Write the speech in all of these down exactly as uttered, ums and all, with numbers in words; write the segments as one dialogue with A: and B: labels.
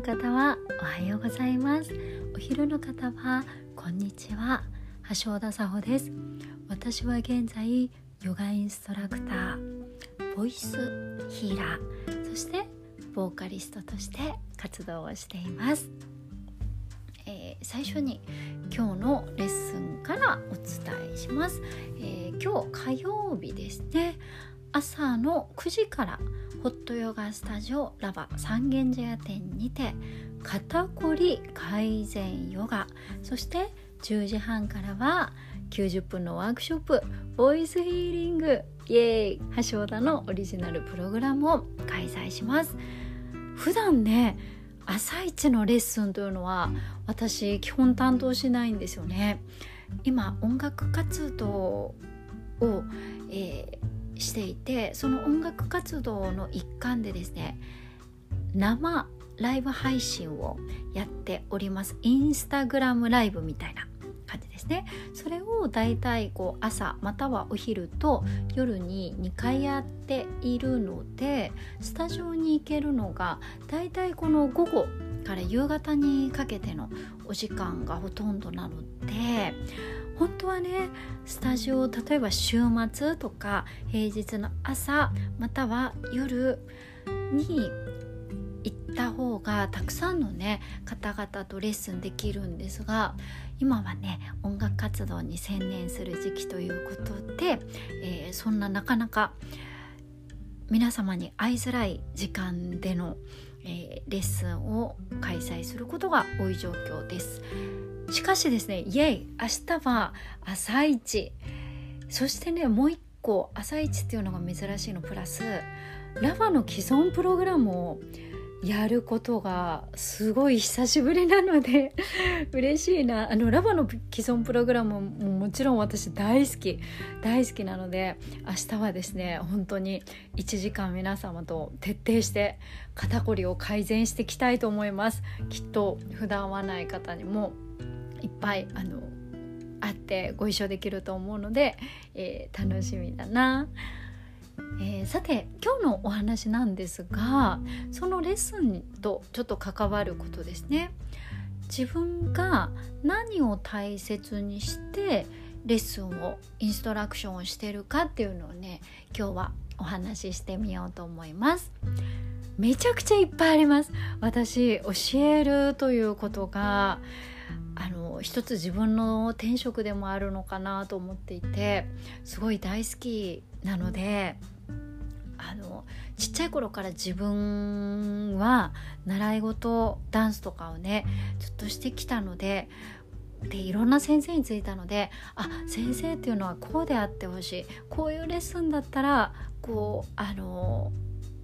A: の方はおはようございます。お昼の方はこんにちは。橋田沙穂です。私は現在ヨガインストラクター、ボイスヒーラー、そしてボーカリストとして活動をしています。えー、最初に今日のレッスンからお伝えします。えー、今日火曜日ですね。朝のくじからホットヨガスタジオラバ三軒茶屋店にて肩こり改善ヨガ、そしてじゅうじはんからはきゅうじゅっぷんのワークショップボイスヒーリングイエーイ橋田のオリジナルプログラムを開催します。普段ね朝一のレッスンというのは私基本担当しないんですよね。今音楽活動を、えーしていて、その音楽活動の一環でですね、生ライブ配信をやっております。インスタグラムライブみたいな感じですね。それをだいたいこう朝またはお昼と夜ににかいやっているので、スタジオに行けるのがだいたいこの午後から夕方にかけてのお時間がほとんどなので、本当はねスタジオ、例えば週末とか平日の朝または夜に行った方がたくさんのね方々とレッスンできるんですが、今はね音楽活動に専念する時期ということで、えー、そんななかなか皆様に会いづらい時間での、えー、レッスンを開催することが多い状況です。しかしですね、イエイ明日は朝一、そしてねもう一個朝一っていうのが珍しいのプラスラバの既存プログラムをやることがすごい久しぶりなので嬉しいな。あのラバの既存プログラムももちろん私大好き大好きなので、明日はですね本当にいちじかん皆様と徹底して肩こりを改善していきたいと思います。きっと普段会わない方にもいっぱいあの会ってご一緒できると思うので、えー、楽しみだな。えー、さて今日のお話なんですが、そのレッスンとちょっと関わることですね。自分が何を大切にしてレッスンをインストラクションをしているかっていうのをね今日はお話ししてみようと思います。めちゃくちゃいっぱいあります。私教えるということがあの一つ自分の転職でもあるのかなと思っていて、すごい大好きなので、あのちっちゃい頃から自分は習い事ダンスとかをねずっとしてきたので、でいろんな先生についたので、あ先生っていうのはこうであってほしい、こういうレッスンだったらこうあの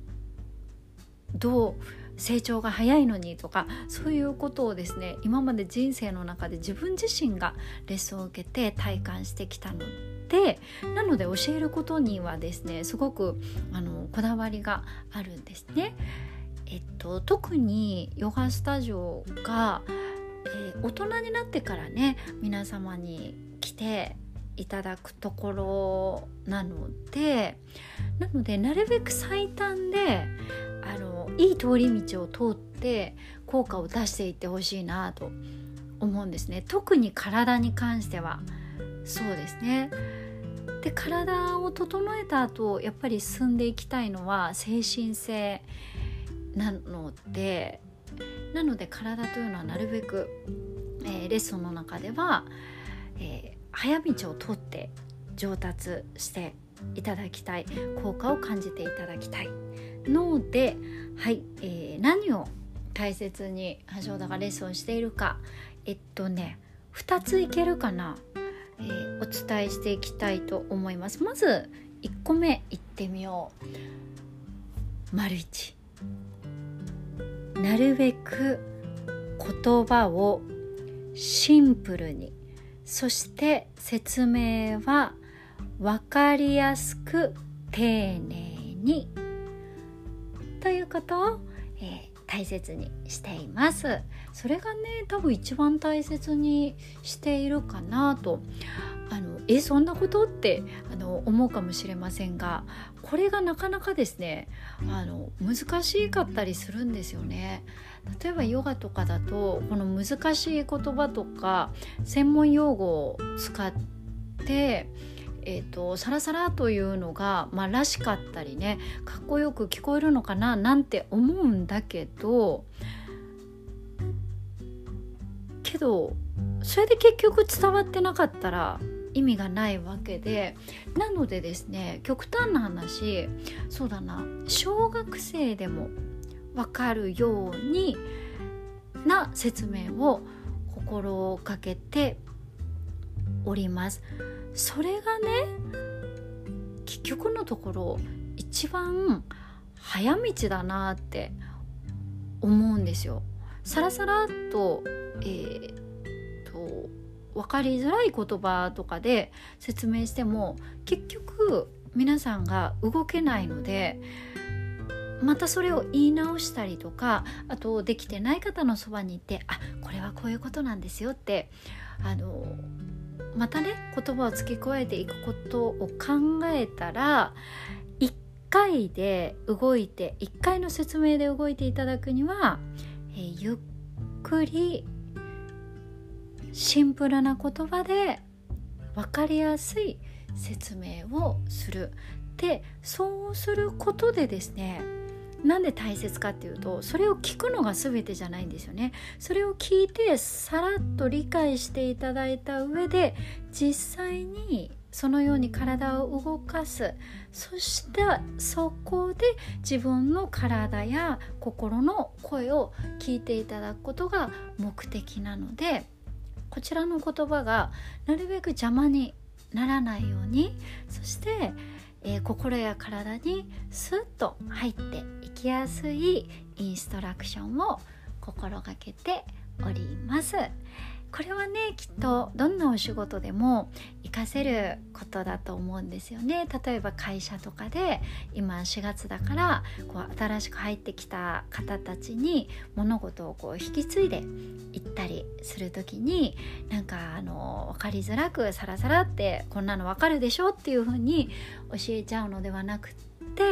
A: どう成長が早いのにとか、そういうことをですね今まで人生の中で自分自身がレッスンを受けて体感してきたので、なので教えることにはですねすごくあのこだわりがあるんですね。えっと特にヨガスタジオが、えー、大人になってからね皆様に来ていただくところなのでなのでなるべく最短であのいい通り道を通って効果を出していってほしいなと思うんですね。特に体に関してはそうですね。で体を整えた後やっぱり進んでいきたいのは精神性なのでなので体というのはなるべく、えー、レッスンの中では、えー、早道を通って上達していただきたい、効果を感じていただきたいので、はい、えー、何を大切に橋田がレッスンをしているか、えっとねふたついけるかな、えー、お伝えしていきたいと思います。まずいっこめいってみよう。丸いち、なるべく言葉をシンプルに、そして説明は分かりやすく丁寧にということを、えー、大切にしています。それがね多分一番大切にしているかなと。あのえそんなことってあの思うかもしれませんが、これがなかなかですねあの難しかったりするんですよね。 例えばヨガとかだとこの難しい言葉とか専門用語を使ってえーと、サラサラというのが、まあ、らしかったりね、かっこよく聞こえるのかななんて思うんだけどけどそれで結局伝わってなかったら意味がないわけで、なのでですね、極端な話、そうだな、小学生でもわかるようにな説明を心がけております。それがね、結局のところ一番早道だなって思うんですよ。さらさらっと、えー、と分かりづらい言葉とかで説明しても結局皆さんが動けないので、またそれを言い直したりとか、あとできてない方のそばにいて、あ、これはこういうことなんですよってあのまたね言葉を付け加えていくことを考えたら、いっかいで動いていっかいの説明で動いていただくには、えー、ゆっくりシンプルな言葉で分かりやすい説明をする。で、そうすることでですね、なんで大切かっていうと、それを聞くのが全てじゃないんですよね。それを聞いてさらっと理解していただいた上で、実際にそのように体を動かす。そしてそこで自分の体や心の声を聞いていただくことが目的なので、こちらの言葉がなるべく邪魔にならないように、そしてえー、心や体にスッと入っていきやすいインストラクションを心がけております。これはね、きっとどんなお仕事でも活かせることだと思うんですよね。例えば会社とかで今しがつだからこう新しく入ってきた方たちに物事をこう引き継いでいったりするときに、なんかあの分かりづらくサラサラってこんなの分かるでしょっていう風に教えちゃうのではなくって、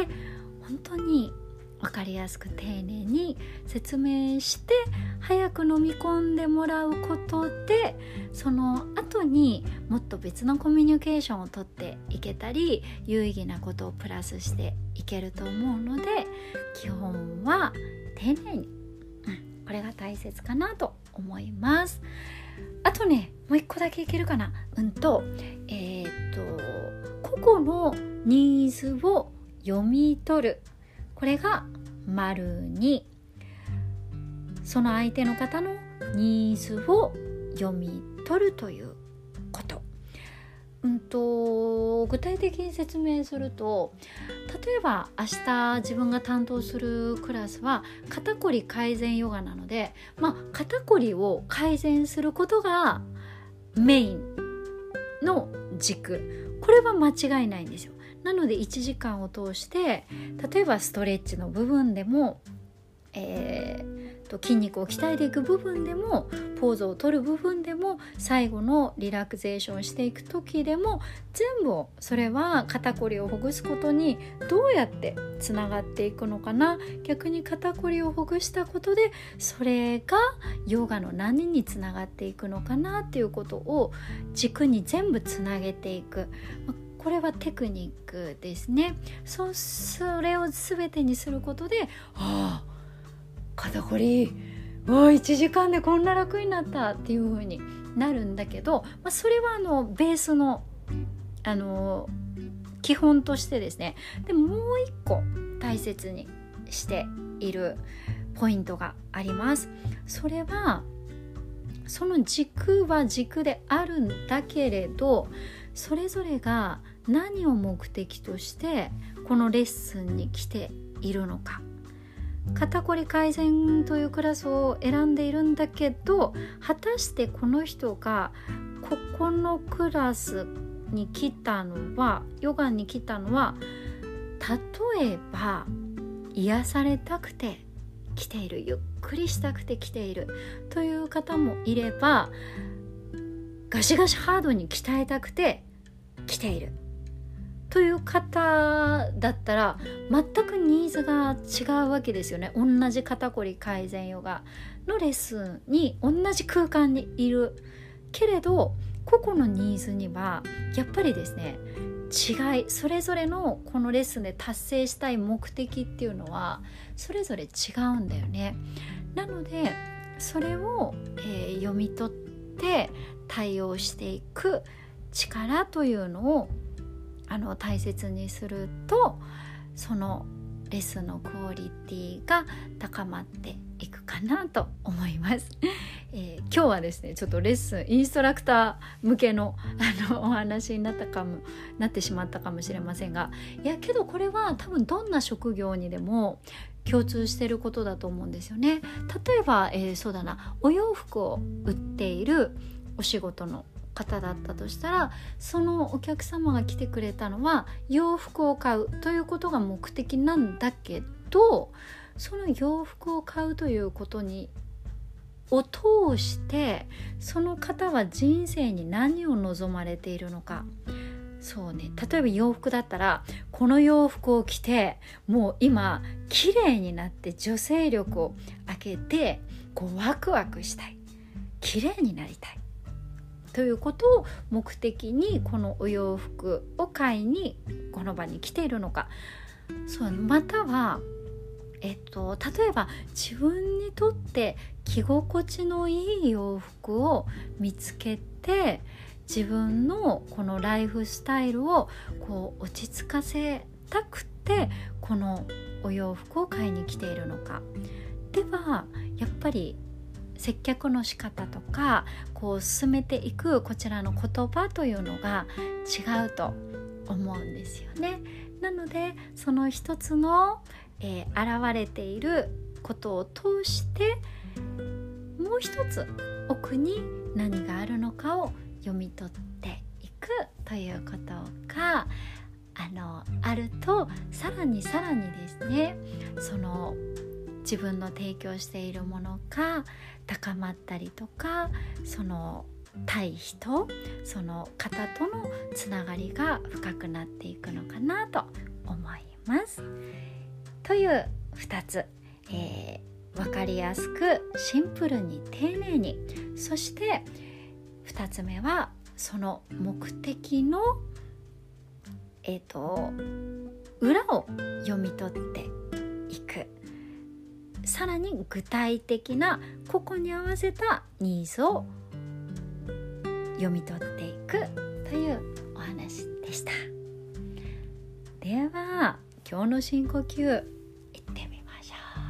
A: 本当に分かりやすく丁寧に説明して早く飲み込んでもらうことで、その後にもっと別のコミュニケーションをとっていけたり、有意義なことをプラスしていけると思うので、基本は丁寧に、うん、これが大切かなと思います。あとね、もう一個だけいけるかな。うんとえー、っと個々のニーズを読み取る、これが丸に、その相手の方のニーズを読み取るということ。うんと具体的に説明すると、例えば明日自分が担当するクラスは肩こり改善ヨガなので、まあ、肩こりを改善することがメインの軸、これは間違いないんですよ。なのでいちじかんを通して、例えばストレッチの部分でも、えー、と筋肉を鍛えていく部分でも、ポーズを取る部分でも、最後のリラクゼーションしていく時でも、全部それは肩こりをほぐすことにどうやってつながっていくのかな。逆に肩こりをほぐしたことでそれがヨガの何につながっていくのかなっていうことを軸に全部つなげていく。これはテクニックですね。そ, それを全てにすることで、ああ肩こりおいちじかんでこんな楽になったっていう風になるんだけど、まあ、それはあのベースの、あの基本としてですね。でもう一個大切にしているポイントがあります。それはその軸は軸であるんだけれど、それぞれが何を目的としてこのレッスンに来ているのか。肩こり改善というクラスを選んでいるんだけど、果たしてこの人がここのクラスに来たのは、ヨガに来たのは、例えば癒されたくて来ている、ゆっくりしたくて来ているという方もいれば、ガシガシハードに鍛えたくて来ているという方だったら全くニーズが違うわけですよね。同じ肩こり改善ヨガのレッスンに同じ空間にいるけれど、個々のニーズにはやっぱりですね、違い、それぞれのこのレッスンで達成したい目的っていうのはそれぞれ違うんだよね。なのでそれを、えー、読み取って対応していく力というのをあの大切にすると、そのレッスンのクオリティが高まっていくかなと思います、えー、今日はですねちょっとレッスンインストラクター向けの、あのお話になったかもなってしまったかもしれませんが、いやけどこれは多分どんな職業にでも共通していることだと思うんですよね。例えば、えー、そうだなお洋服を売っているお仕事の方だったとしたら、そのお客様が来てくれたのは洋服を買うということが目的なんだけど、その洋服を買うということにを通してその方は人生に何を望まれているのか。そうね、例えば洋服だったらこの洋服を着てもう今綺麗になって女性力を上げてこうワクワクしたい、綺麗になりたいということを目的にこのお洋服を買いにこの場に来ているのか。そう、または、えっと、例えば自分にとって着心地のいい洋服を見つけて自分のこのライフスタイルをこう落ち着かせたくてこのお洋服を買いに来ているのか。ではやっぱり接客の仕方とかこう進めていくこちらの言葉というのが違うと思うんですよね。なのでその一つの、えー、現れていることを通してもう一つ奥に何があるのかを読み取っていくということがあのあると、さらにさらにですね、その自分の提供しているものが高まったりとか、その対人その方とのつながりが深くなっていくのかなと思います。というふたつ、えー、分かりやすくシンプルに丁寧に、そしてふたつめはその目的の、えーと、裏を読み取っていく。さらに具体的な個々に合わせたニーズを読み取っていくというお話でした。では今日の深呼吸いってみましょ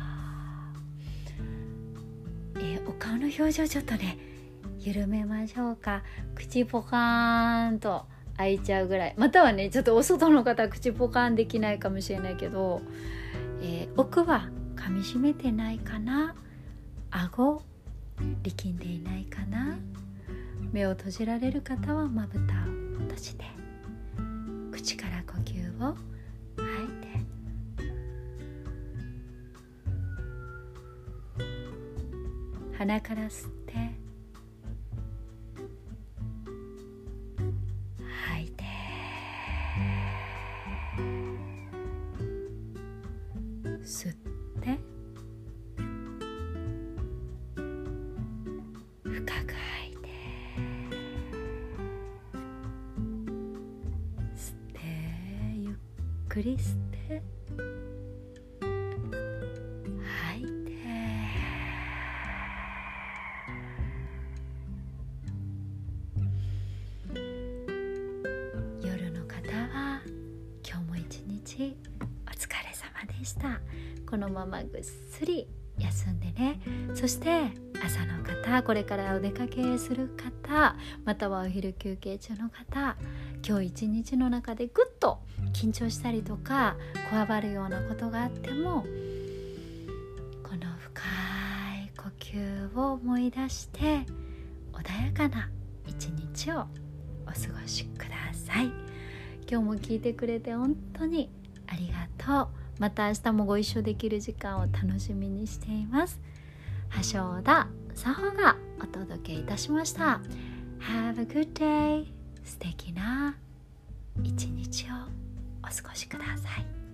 A: う、えー、お顔の表情ちょっとね緩めましょうか。口ポカーンと開いちゃうぐらい、またはねちょっとお外の方口ポカーンできないかもしれないけど、えー、奥は噛み締めてないかな、顎力んでいないかな。目を閉じられる方はまぶたを閉じて口から呼吸を吐いて、鼻から吸って吐いて、吸って深く吐いて、吸ってゆっくり吸って吐いて、夜の方は今日も一日お疲れ様でした。このままぐっすり休んでね。そして朝の方、これからお出かけする方、またはお昼休憩中の方、今日一日の中でぐっと緊張したりとかこわばるようなことがあっても、この深い呼吸を思い出して穏やかな一日をお過ごしください。今日も聞いてくれて本当にありがとう。また明日もご一緒できる時間を楽しみにしています。橋田沙穂がお届けいたしました。Have a good day。素敵な一日を。 お過ごしください。